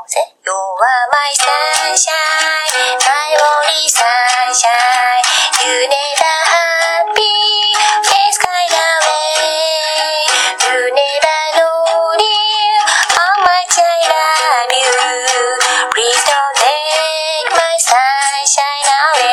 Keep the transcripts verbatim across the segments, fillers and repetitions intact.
せ。You are my sunshine, my only sunshine. You never happy, face kind away. You never know how much I love you. Please don't take my sunshine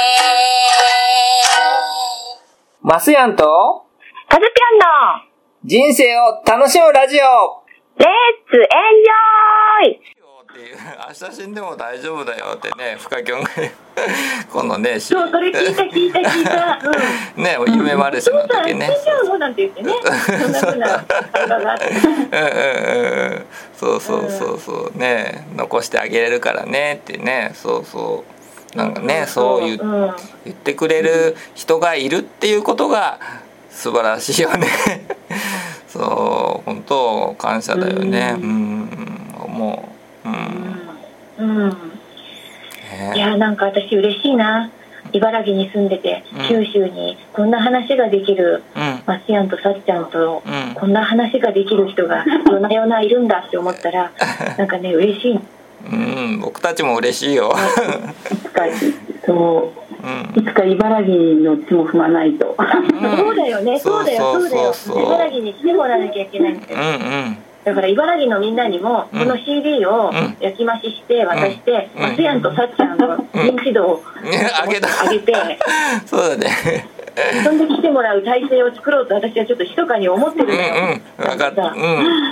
away. マスヤンとカズピョンの人生を楽しむラジオ。 レッツエンジョイっていう明日死んでも大丈夫だよってね、フカキョンがこのね、 そう、それ聞いた聞いた聞いた、 うん、ね、夢マルシェの時ね、 そうなんて言ってね、そんな風な会話があってうんうんうん、そうそうそうそうね、残してあげれるからねってね、そうそうなんかね、そう言、うん、言ってくれる人がいるっていうことが素晴らしいよねそう本当感謝だよね、うん、うん、もう、うん、うん、 いやなんか私嬉しいな、茨城に住んでて、うん、九州にこんな話ができる、うん、マスヤンとサッチャンと、うん、こんな話ができる人が夜な夜ないるんだって思ったらなんかね嬉しい。 うん、僕たちも嬉しいよいつかそう、うん、いつか茨城の地も踏まないと、 うん、そうだよね、そうだよそうだよ、茨城に来てもらわなきゃいけないんだよ、うんうん、だから茨城のみんなにもこの シーディー を焼き増しして渡して、うん、マスヤンとサッチャンの認知度を上げてそうだねそんで来てもらう体制を作ろうと私はちょっと密かに思ってるんだよ、 うんうん、分かった、うん、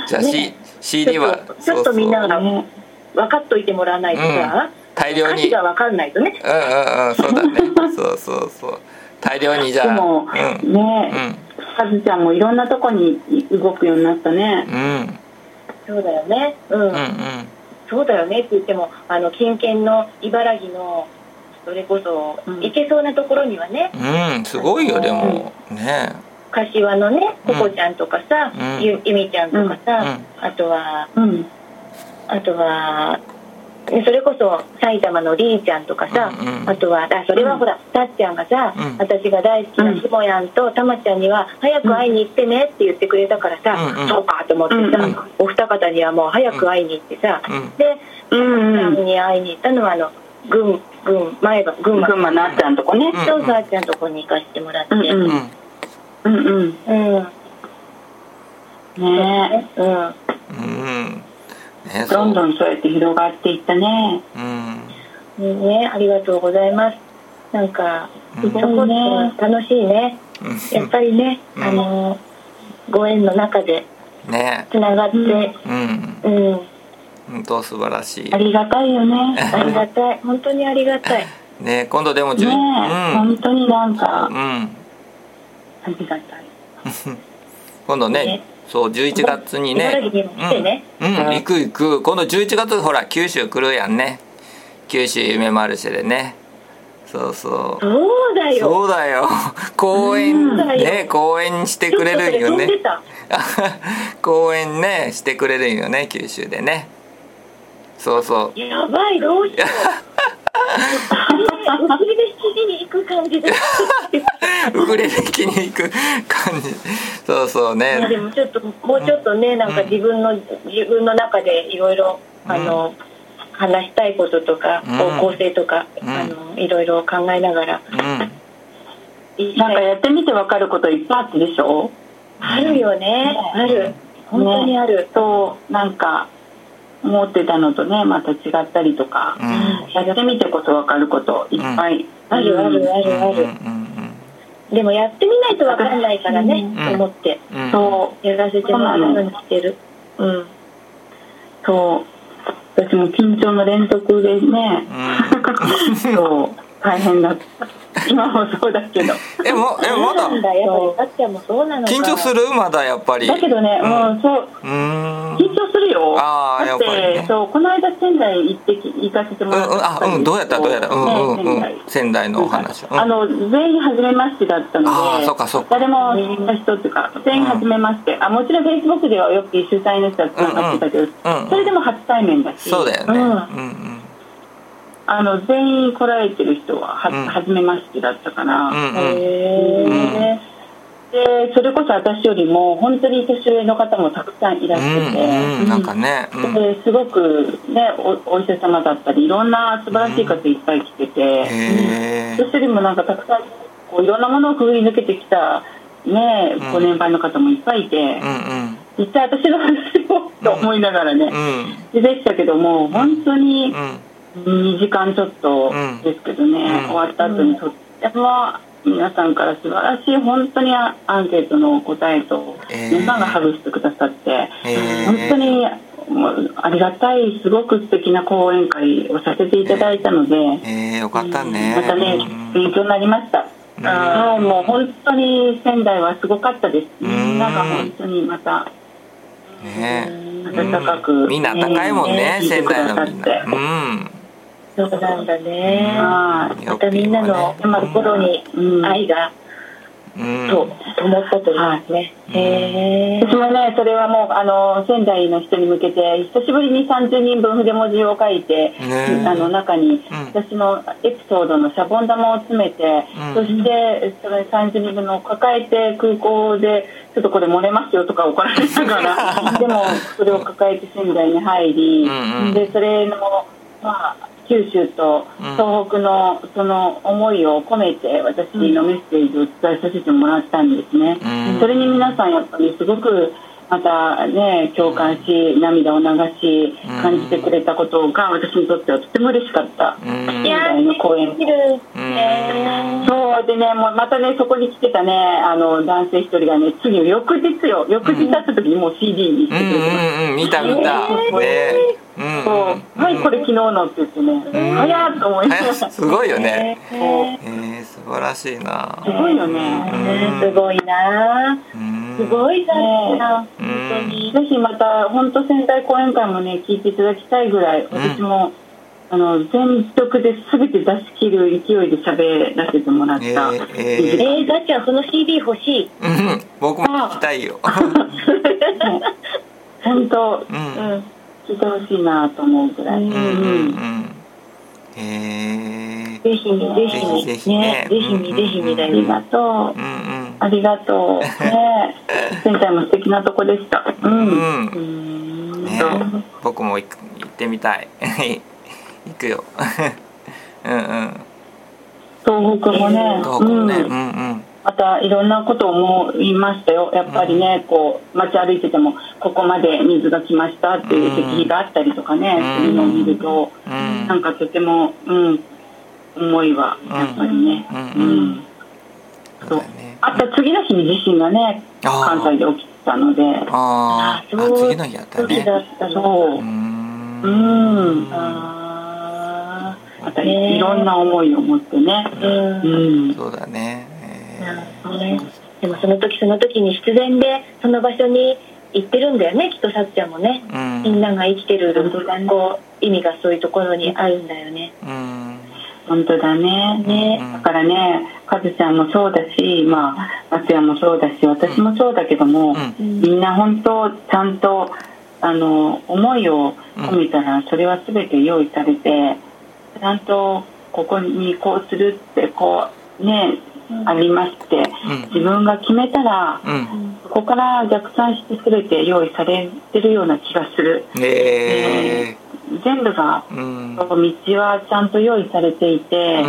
じゃあ、ね、シーディー はちょっとみんなが分かっといてもらわないとさ、うん、 大量に価値が分かんないとね、 うんうんうん、そうだねそうそうそう大量にじゃあでも、うん、ねえ、カズちゃんもいろんなとこに動くようになったね、 うん、 そうだよね、うん、うんうん、そうだよねって言ってもあの近県の茨城のそれこそ、うん、行けそうなところにはね、 うん、すごいよでも、うん、ね柏のねココちゃんとかさ、うん、ゆ, ゆみちゃんとかさ、うん、あとは、うん、あとはそれこそ埼玉のりーちゃんとかさ、うんうん、あとはあそれはほら、うん、たっちゃんがさ、うん、私が大好きなしもやんとたまちゃんには早く会いに行ってねって言ってくれたからさ、うんうん、そうかと思ってさ、うんうん、お二方にはもう早く会いに行ってさ、うん、でたまちゃんに会いに行ったのはあの群群前歯群馬群馬のあっちゃんとこね、 そうそうあっちゃんとこに行かせてもらって、うんうんうんうんうんねえ、うんうんね、どんどんそうやって広がっていったね、 うん、ね、ありがとうございます。なんかすごいね、楽しいね、やっぱりね、うん、あのご縁の中でつながって、ね、うんうん、 本当素晴らしい、 ありがたいよねありがたい、本当にありがたいね、今度でもね、うん、 本当になんか、うん、 ありがたい今度ね、ね、そうじゅういちがつにね、 茨城にも来てね、 うん、うん、行く行く、今度じゅういちがつほら九州来るやんね、九州夢マルシェでね、そうそうそうだよそうだよ公演ね、公演してくれるんよね公演ねしてくれるんよね、九州でね、そうそう、 やばい、どうしようウクレレ弾きに行く感じでウクレレ弾きに行く感じ、そうそうね、 でもちょっともうちょっとね、なんか自分の、うん、自分の中でいろいろあの、うん、話したいこととか、うん、方向性とか、うん、あのいろいろ考えながら、うん、 なんかやってみて分かることいっぱいあってでしょ、 あるよね、うん、ある、本当にある、 ね、そうなんか思ってたのとねまた違ったりとか、うん、やってみてこそ分かることいっぱい、うん、 あるあるあるある、うん、でもやってみないと分かんないからね、うん、と思って、うん、そうやらせてもらうようにしてる、うん、 そう私も緊張の連続でね、うん、そう大変だった今もそうだけどえもえまだ緊張するまだやっぱりだけどね、うん、うん、そううーん緊張するよあだってやっぱり、ね、そうこの間仙台行って行かせてもらった、うんうん、 あうんどうやったどうやったうんうんうん、ね、仙台のお話、うん、 あの全員初めましてだったのであそうかそうか誰も知った人っていうか全員初めまして、うん、あもちろんフェイスブックではよく主催の人はつながってたけど、うんうん、それでも初対面だしそうだよね、うんうんうんあの全員来られてる人はは、うん、初めましてだったから、うんうん、へえ、 でそれこそ私よりも本当に年上の方もたくさんいらっしゃって、 うんうん、なんかね、 うん、ですごくね お, お医者様だったりいろんな素晴らしい方いっぱい来てて、うん、私よりもなんかたくさんこういろんなものをくぐり抜けてきた、ね、ご年配の方もいっぱいいて、うんうん、実際私の話をと思いながらね、うん、でしたけども本当ににじかんちょっとですけどね、うん、終わった後にとっても皆さんから素晴らしい本当にアンケートの答えと、えー、皆さんがハグしてくださって、えー、本当にもうありがたいすごく素敵な講演会をさせていただいたので、えーえー、よかったね、 またね勉強になりました。はい、もう本当に仙台はすごかったです。みんなが本当にまた、 ね、 温かく、 うん、みんな温かいもんね、仙台のみんな、うん、 そうなんだね。またみんなの心に愛が、うん、と思ったといいますね。 うん、へ私もねそれはもうあの仙台の人に向けて久しぶりにさんじゅうにんぶん筆文字を書いて、ね、あの中に私のエピソードのシャボン玉を詰めて、うん、そしてそれさんじゅうにんぶんのを抱えて空港でちょっとこれ漏れますよとか怒られながらでもそれを抱えて仙台に入り、うんうん、でそれのまあ九州と東北のその思いを込めて私のメッセージを伝えさせてもらったんですね、うん、それに皆さんやっぱりすごくまたね共感し涙を流し感じてくれたことが私にとってはとても嬉しかった仙台の公演、うん、そうでねもうまたねそこに来てたねあの男性一人がね次の翌日よ翌日会った時にもう シーディー にしてくれてました、うんうんうん、見た見た、えーねそう、はいこれ昨日のって言ってね、うん、早っと思いましたすごいよね、えーえー、素晴らしいなすごいよね、 うん、すごいな、うん、すごいだな、うん、本当にぜひまた本当仙台講演会もね聞いていただきたいぐらい私も、うん、あの全力で全て出し切る勢いで喋らせてもらった、えーえー、えー、だっちゃんその シーディー 欲しい、 うん、僕も聞きたいよ本当、うんうん聞いてほしいなと思うぐらい、うんうんうんえー、 ぜひにぜひにぜひねぜひにぜひにだよ、 ありがとう、うんうん、ありがとうね仙台も素敵なとこでしたうん、うんうんね、僕も行く行ってみたい行くようんうん東北もね東北もね、うん、うんうんまたいろんなことを思いましたよやっぱりね、うん、こう街歩いててもここまで水が来ましたっていう石碑があったりとかね、うん、そういうのを見ると、うん、なんかとても、うん、思いはやっぱりね、うんうんうん、そうあと次の日に地震がね関西で起きたのでああそう次の日やったねそううんうんあまたいろんな思いを持ってね、 うんうん、そうだねね、でもその時その時に必然でその場所に行ってるんだよねきっとさっちゃんもね、うん、みんなが生きてるこう意味がそういうところにあるんだよね、うん、 本当だ ね, ねだからねカズちゃんもそうだし、まあ、松也もそうだし私もそうだけども、うん、みんな本当ちゃんとあの思いを込めたらそれは全て用意されてちゃんとここにこうするってこうねありまして、うん、自分が決めたら、うん、そこから逆算して全て用意されてるような気がする、えー、全部が、うん、道はちゃんと用意されていて、うん、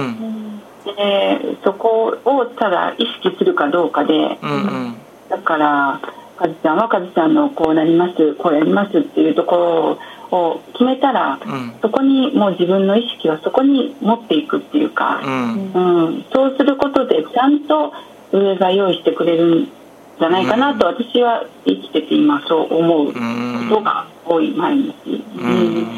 でそこをただ意識するかどうかで、うんうん、だからカズちゃんはカズちゃんのこうなりますこうやりますっていうところを決めたら、うん、そこにもう自分の意識をそこに持っていくっていうか、うんうん、そうすることでちゃんと上が用意してくれるんじゃないかなと、うん、私は生きてて今そう思うことが多い毎日、うんうん、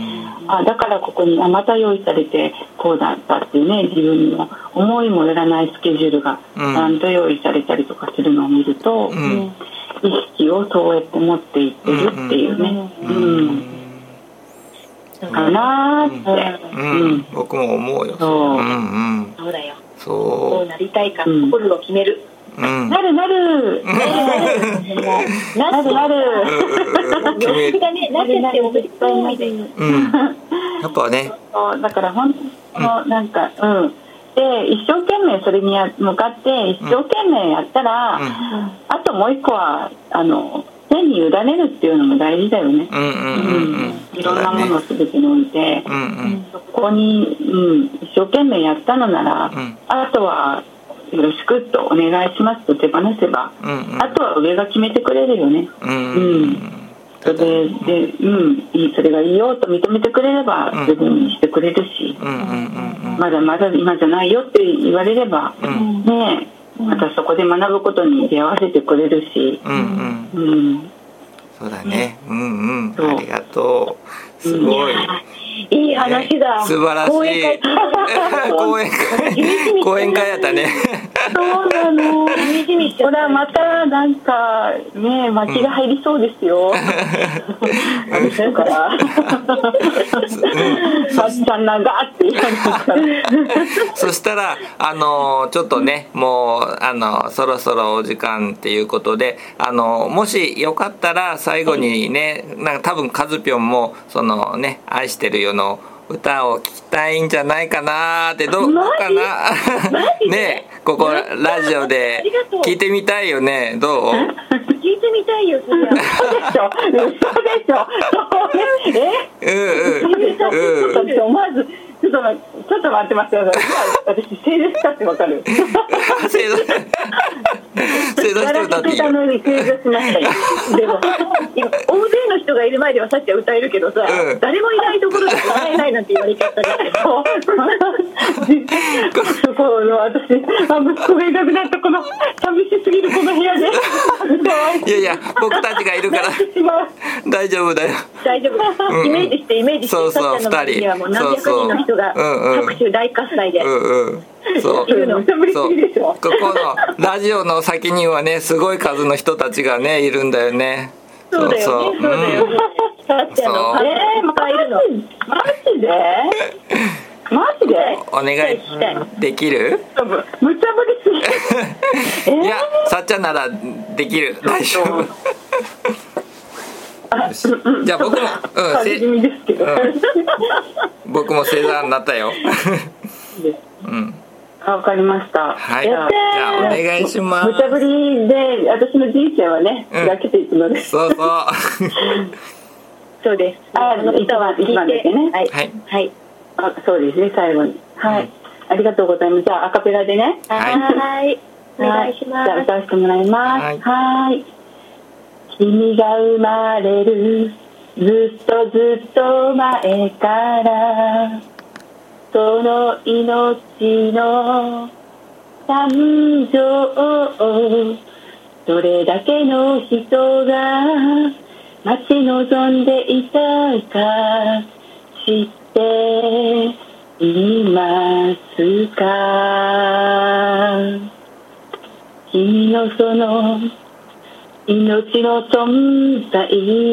あだからここにあまた用意されてこうだったっていうね自分の思いもよらないスケジュールがちゃんと用意されたりとかするのを見ると、うん、意識をそうやって持っていってるっていうね、うんうんかなーって、 うんうん、僕も思うよそう、うんうん、そうだよそうこうなりたいか心を決める、 うん、なるなる、ね、なるなる病気がねなっちゃっても絶対ないで、うん、 やっぱねだから本当のなんか、うん、 で一生懸命それに向かって一生懸命やったら、うん、あともう一個はあの天に委ねるっていうのも大事だよね。いろんなものを全てにおいて、うんうん、そこに、うん、一生懸命やったのなら、うん、あとはよろしくとお願いしますと手放せば、うんうん、あとは上が決めてくれるよね。うん、うんそれで、で、うん、それがいいよと認めてくれれば自分にしてくれるし、まだまだ今じゃないよって言われれば、うん、ねえ、またそこで学ぶことに出会わせてくれるし、うんうんうん、 そうだね、うんうん、ありがとう、すごい。 いい話だ。 素晴らしい。講演会講演会講演会やったね。 そうなの。ほらまたなんかね巻きが入りそうですよ。あれだから。さっちゃん長って言われたから。 そしたらあのちょっとねもうあのそろそろお時間っていうことであのもしよかったら最後にねなんか多分カズピョンもそのね愛してるよの歌を聴きたいんじゃないかなってどうかなねえここラジオで聞いてみたいよねどう聞いてみたいよそれは嘘でしょ嘘でしょえうんうんうんうんまずちょっとちょっと待って待って私正座したってわかる正座正座して歌っていいよのに正座しましたよでも大勢の人がいる前ではさっきは歌えるけどさ、うん、誰もいないところで歌えないなんて言われちゃったからそうそう私息子がいなくなったこの寂しすぎるこの部屋でいやいや僕たちがいるから大丈夫だよ大丈夫、うんうん、イメージしてイメージしてそうそうさっちゃんの周りにはもう何百人の人が拍手大喝采で、うんうんそうそうここのラジオの先にはねすごい数の人たちがねいるんだよね。 そうだよねそうだよねさっちゃんのファンがいっぱいいるのマジでマジでお願いできる無茶ぶりすぎいやさっちゃんならできる大丈夫じゃあ僕も、うんせうん、僕も正座になったようんわかりました。 はい。じゃあお願いします。 無茶ぶりで私の人生はね、開けていくので。 そうそう。 そうです。 あ、歌は一番ですね。 はい。はい。 あ、そうですね。最後に。はい。ありがとうございます。じゃあアカペラでね。 はい。お願いします。 じゃあ歌わせてもらいます。はい。君が生まれるずっとずっと前から。その命の誕生どれだけの人が待ち望んでいたか知っていますか君のその命の存在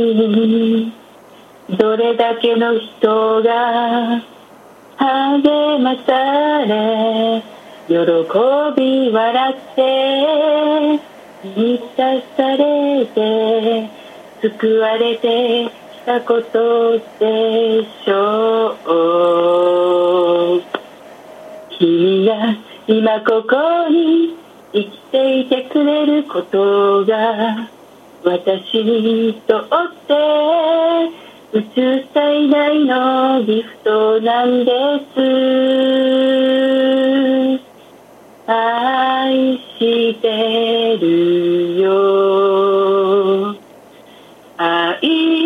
どれだけの人が励まされ喜び笑って満たされて救われてきたことでしょう君が今ここに生きていてくれることが私にとって宇宙最大のギフトなんです愛してるよ愛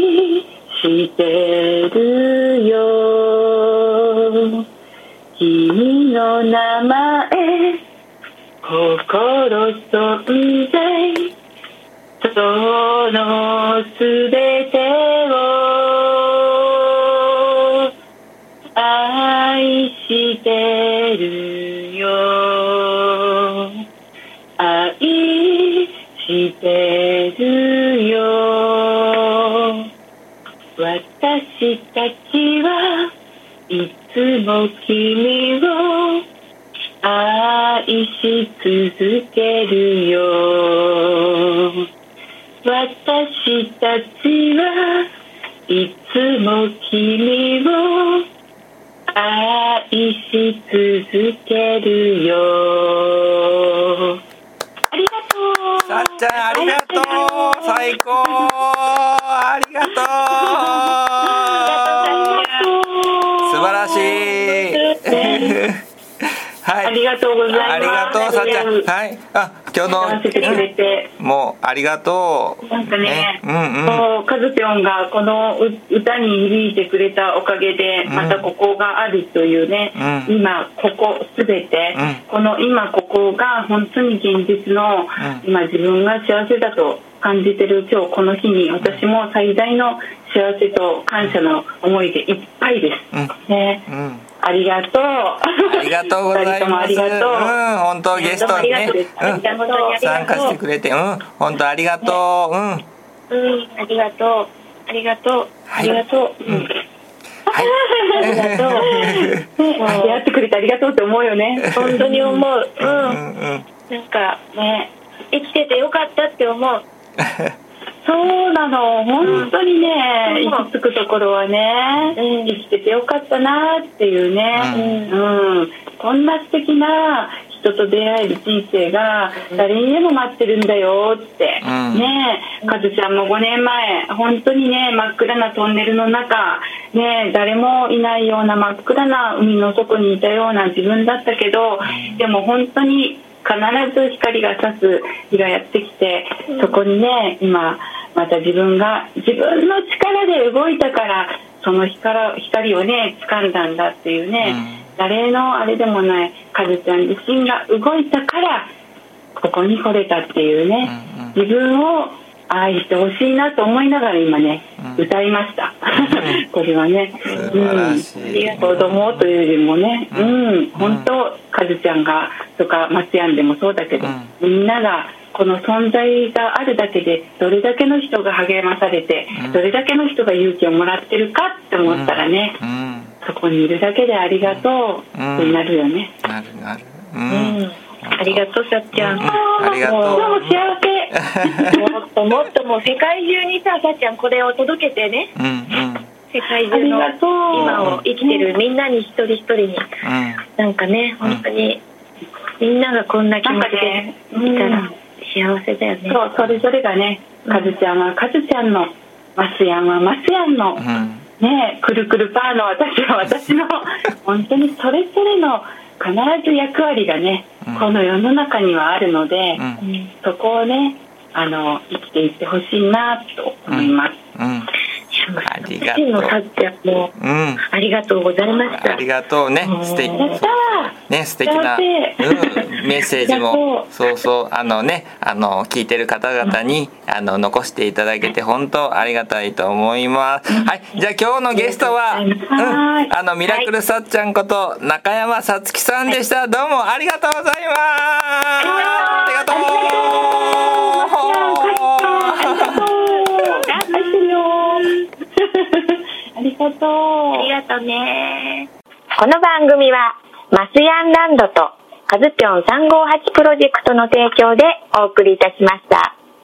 してるよ君の名前心存在そのすべてを愛してるよ愛してるよ私たちはいつも君を愛し続けるよ私たちはいつも君を愛愛し続けるよ。ありがとう。 さっちゃんありがとう。最高。ありがとう。素晴らしい。はい、 ありがとうございます。 ありがとうさっちゃん。はい。あ、今日のせてくれて、 うん、もうありがとう。 なんかね、 ね、うんうん。 もうカズピョンがこの歌に響いてくれたおかげで、またここがあるというね、うん、今ここすべて、うん、この今ここが本当に現実の、うん、今自分が幸せだと感じてる今日この日に、私も最大の幸せと感謝の思いでいっぱいです。うん、ね。うん、ありがとう。ありがとうございます。ありがとう。うん、本当ゲストにね、うん、参加してくれて、うん、本当ありがとう。うん、うん、 ありがとう。ありがとう。ありがとう。うん。はい。 ありがとう。出会ってくれてありがとうって思うよね。 本当に思う。うん。なんかね、生きててよかったって思う。 そうなの、本当にね、うん、行き着くところはね、うん、生きててよかったなっていうね、うんうん、こんな素敵な人と出会える人生が誰にでも待ってるんだよって、うん、ねえ、かずちゃんもごねんまえ本当にね、真っ暗なトンネルの中、ね、誰もいないような真っ暗な海の底にいたような自分だったけど、でも本当に必ず光が差す日がやってきて、そこにね、今また自分が自分の力で動いたからその 光, 光をね掴んだんだっていうね、うん、誰のあれでもないカズちゃん自身が動いたからここに来れたっていうね、うんうん、自分を愛してほしいなと思いながら今ね、うん、歌いました、うん、これはね、 素晴らしい、 うん、子供というよりもね、うん、うん、本当カズちゃんがとか松やんでもそうだけど、うん、みんながこの存在があるだけでどれだけの人が励まされて、うん、どれだけの人が勇気をもらってるかって思ったらね、うん、そこにいるだけでありがとうってなるよね、 うん、なるなる、うんうん、ありがとうさっちゃん、うん、 ありがとう。 もう幸せもっともっともう世界中にささっちゃんこれを届けてね、うんうん、世界中の今を生きてるみんなに一人一人に、うん、なんかね本当にみんながこんな気持ちでいたら幸せだよね。 そう、それぞれがね、カズちゃんはカズちゃんの、マスヤンはマスヤンの、うん、ね、くるくるパーの私は私の本当にそれぞれの必ず役割がね、うん、この世の中にはあるので、うん、そこをね、あの生きていってほしいなと思います。 うんうん、 ありがとう。さっちゃんも、うん、ありがとうございました。 ありがとうね。素敵。ね、素敵な、うん、メッセージもそうそうあのねあの聞いてる方々にあの残していただけて本当ありがたいと思います。はい、じゃあ今日のゲストは、うん、あのミラクルさっちゃんこと中山さつきさんでした。どうもありがとうございます。ありがとう。 ありがとう。 ありがとうね。この番組はマスヤンランドとカズピョンさんごーはちプロジェクトの提供でお送りいたしました。